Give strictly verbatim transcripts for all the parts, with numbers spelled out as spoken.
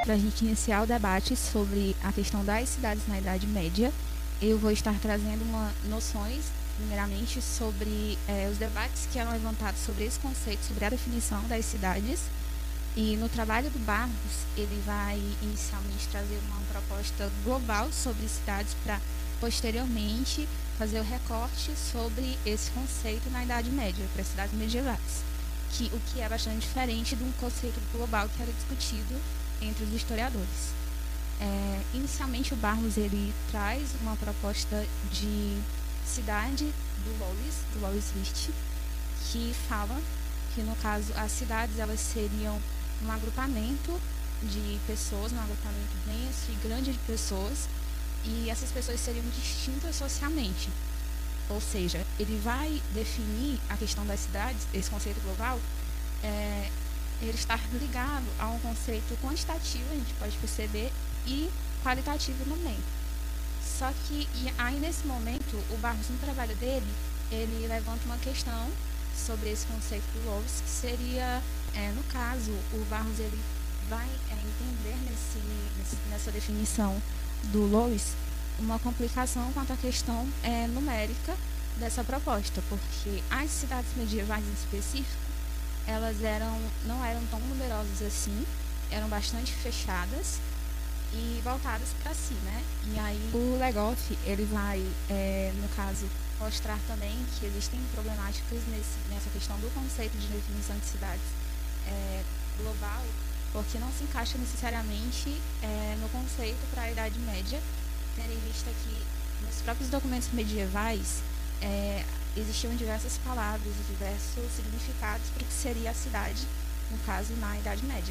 para a gente iniciar o debate sobre a questão das cidades na Idade Média, eu vou estar trazendo uma, noções, primeiramente, sobre é, os debates que eram levantados sobre esse conceito, sobre a definição das cidades. E no trabalho do Barros, ele vai inicialmente trazer uma proposta global sobre cidades para, posteriormente, fazer o recorte sobre esse conceito na Idade Média, para as cidades medievais, que, o que é bastante diferente de um conceito global que era discutido entre os historiadores. É, inicialmente, o Barros ele traz uma proposta de cidade do Lois, do Lois Hirst, que fala que, no caso, as cidades elas seriam um agrupamento de pessoas, um agrupamento denso e grande de pessoas, e essas pessoas seriam distintas socialmente. Ou seja, ele vai definir a questão das cidades, esse conceito global, é, ele está ligado a um conceito quantitativo, a gente pode perceber, e qualitativo também. Só que e aí nesse momento, o Barros, no trabalho dele, ele levanta uma questão sobre esse conceito do Lois, que seria, é, no caso, o Barros ele vai é, entender nesse, nesse, nessa definição do Lois uma complicação quanto à questão é, numérica dessa proposta, porque as cidades medievais em específico, elas eram, não eram tão numerosas assim, eram bastante fechadas e voltadas para si, né? E aí o Legoff, ele vai, é, no caso, mostrar também que existem problemáticas nesse, nessa questão do conceito de definição de cidades é, global, porque não se encaixa necessariamente é, no conceito para a Idade Média, tendo em vista que nos próprios documentos medievais é, existiam diversas palavras e diversos significados para o que seria a cidade, no caso, na Idade Média.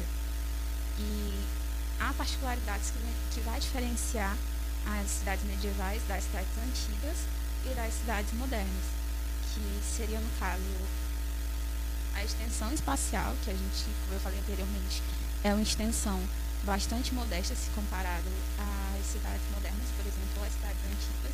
E há particularidades que, que vai diferenciar as cidades medievais das cidades antigas e das cidades modernas, que seria, no caso, a extensão espacial, que a gente, como eu falei anteriormente, é uma extensão bastante modesta se comparado às cidades modernas, por exemplo, às cidades antigas.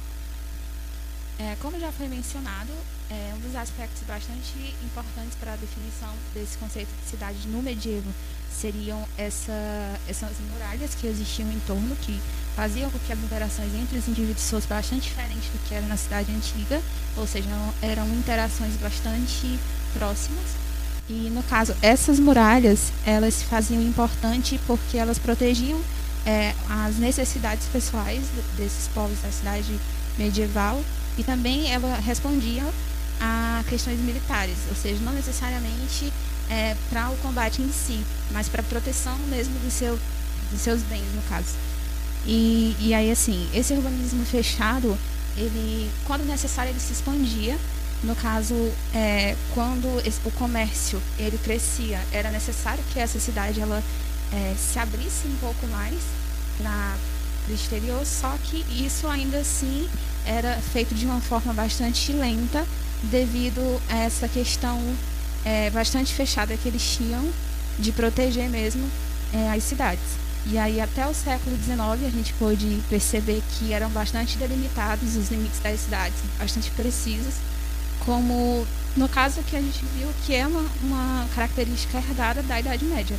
É, como já foi mencionado, é, um dos aspectos bastante importantes para a definição desse conceito de cidade no medievo seriam essa, essas muralhas que existiam em torno, que faziam com que as interações entre os indivíduos fossem bastante diferentes do que era na cidade antiga, ou seja, eram interações bastante próximas. E, no caso, essas muralhas, elas se faziam importante porque elas protegiam é, as necessidades pessoais desses povos da cidade medieval, e também ela respondia a questões militares, ou seja, não necessariamente é, para o combate em si, mas para a proteção mesmo do seu, dos seus bens, no caso. E, e aí, assim, esse urbanismo fechado, ele, quando necessário, ele se expandia. No caso, é, quando esse, o comércio ele crescia, era necessário que essa cidade ela, é, se abrisse um pouco mais para o exterior, só que isso ainda assim era feito de uma forma bastante lenta, devido a essa questão é, bastante fechada que eles tinham de proteger mesmo é, as cidades. E aí, até o século dezenove, a gente pôde perceber que eram bastante delimitados os limites das cidades, bastante precisos, como no caso que a gente viu que é uma, uma característica herdada da Idade Média.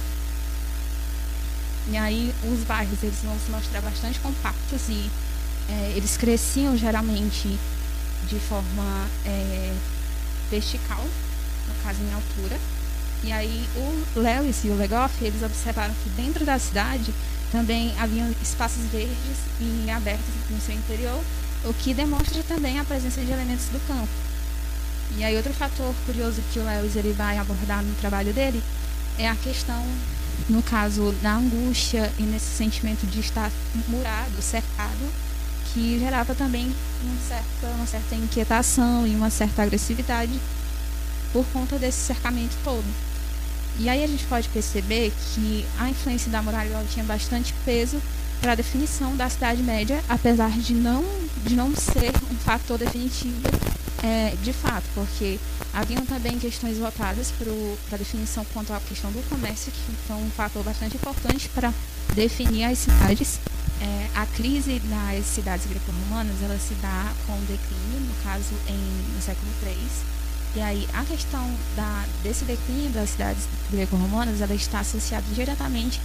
E aí os bairros eles vão se mostrar bastante compactos e é, eles cresciam geralmente de forma é, vertical, no caso em altura. E aí o Lewis e o Legoff eles observaram que dentro da cidade também haviam espaços verdes e abertos no seu interior, o que demonstra também a presença de elementos do campo. E aí outro fator curioso que o Lewis ele vai abordar no trabalho dele é a questão, no caso, da angústia e nesse sentimento de estar murado, cercado, que gerava também um certa, uma certa inquietação e uma certa agressividade por conta desse cercamento todo. E aí a gente pode perceber que a influência da muralha ela tinha bastante peso para a definição da Cidade Média, apesar de não, de não ser um fator definitivo é, de fato, porque haviam também questões voltadas para a definição quanto à questão do comércio, que foi um fator bastante importante para definir as cidades. É, a crise nas cidades greco-romanas ela se dá com o declínio, no caso em, no século três. E aí a questão da, desse declínio das cidades greco-romanas ela está associada diretamente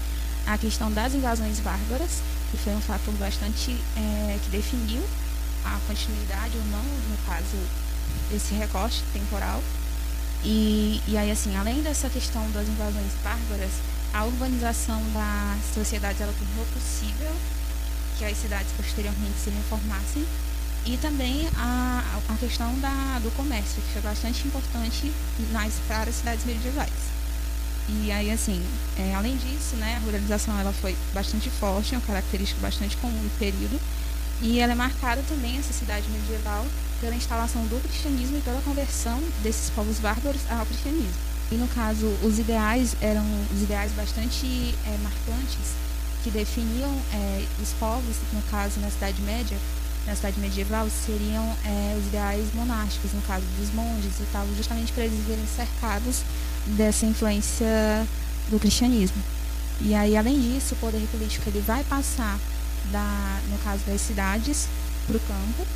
a questão das invasões bárbaras, que foi um fator bastante é, que definiu a continuidade ou não, no caso, esse recorte temporal. E, e aí, assim, além dessa questão das invasões bárbaras, a urbanização das sociedades ela tornou possível que as cidades posteriormente se reformassem, e também a, a questão da, do comércio, que foi bastante importante nas, para as cidades medievais. E aí, assim, é, além disso, né, a ruralização ela foi bastante forte, é uma característica bastante comum no período, e ela é marcada também, essa cidade medieval, pela instalação do cristianismo e pela conversão desses povos bárbaros ao cristianismo. E, no caso, os ideais eram os ideais bastante é, marcantes que definiam é, os povos, no caso, na Cidade Média, na cidade medieval, seriam é, os ideais monásticos, no caso dos monges e tal, justamente para eles verem cercados dessa influência do cristianismo. E aí, além disso, o poder político ele vai passar, da, no caso das cidades, para o campo.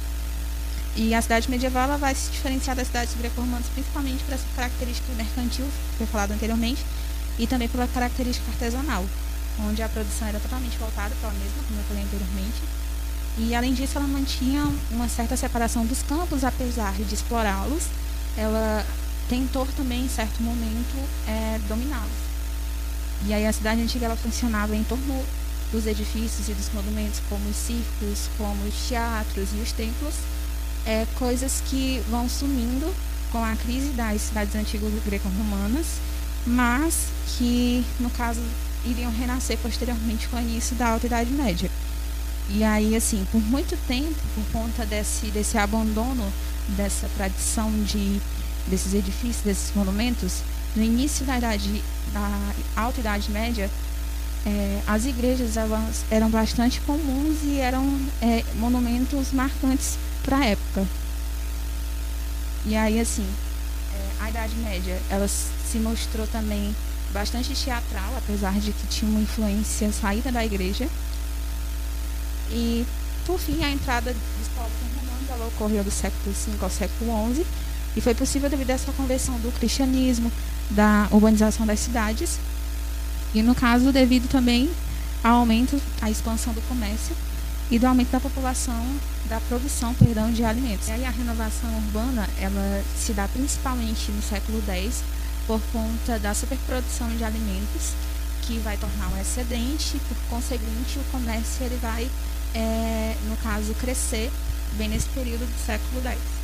E a cidade medieval ela vai se diferenciar das cidades greco-romanas principalmente por essa característica mercantil, que foi falado anteriormente, e também pela característica artesanal, onde a produção era totalmente voltada para ela mesma, como eu falei anteriormente. E, além disso, ela mantinha uma certa separação dos campos, apesar de explorá-los. Ela tentou também, em certo momento, é, dominá-los. E aí a cidade antiga ela funcionava em torno dos edifícios e dos monumentos, como os circos, como os teatros e os templos, é, coisas que vão sumindo com a crise das cidades antigas greco-romanas, mas que, no caso, iriam renascer posteriormente com o início da Alta Idade Média. E aí, assim, por muito tempo, por conta desse, desse abandono, dessa tradição de, desses edifícios, desses monumentos, no início da, idade, da Alta Idade Média, é, as igrejas elas eram bastante comuns e eram é, monumentos marcantes para a época. E aí, assim, é, a Idade Média, ela se mostrou também bastante teatral, apesar de que tinha uma influência saída da igreja. E, por fim, a entrada dos povos romanos ela ocorreu do século cinco ao século onze, e foi possível devido a essa conversão do cristianismo, da urbanização das cidades, e, no caso, devido também ao aumento, à expansão do comércio e do aumento da população, da produção, perdão, de alimentos. E aí a renovação urbana, ela se dá principalmente no século dez, por conta da superprodução de alimentos, que vai tornar um excedente, e, por conseguinte, o comércio ele vai, é, no caso, crescer bem nesse período do século dez.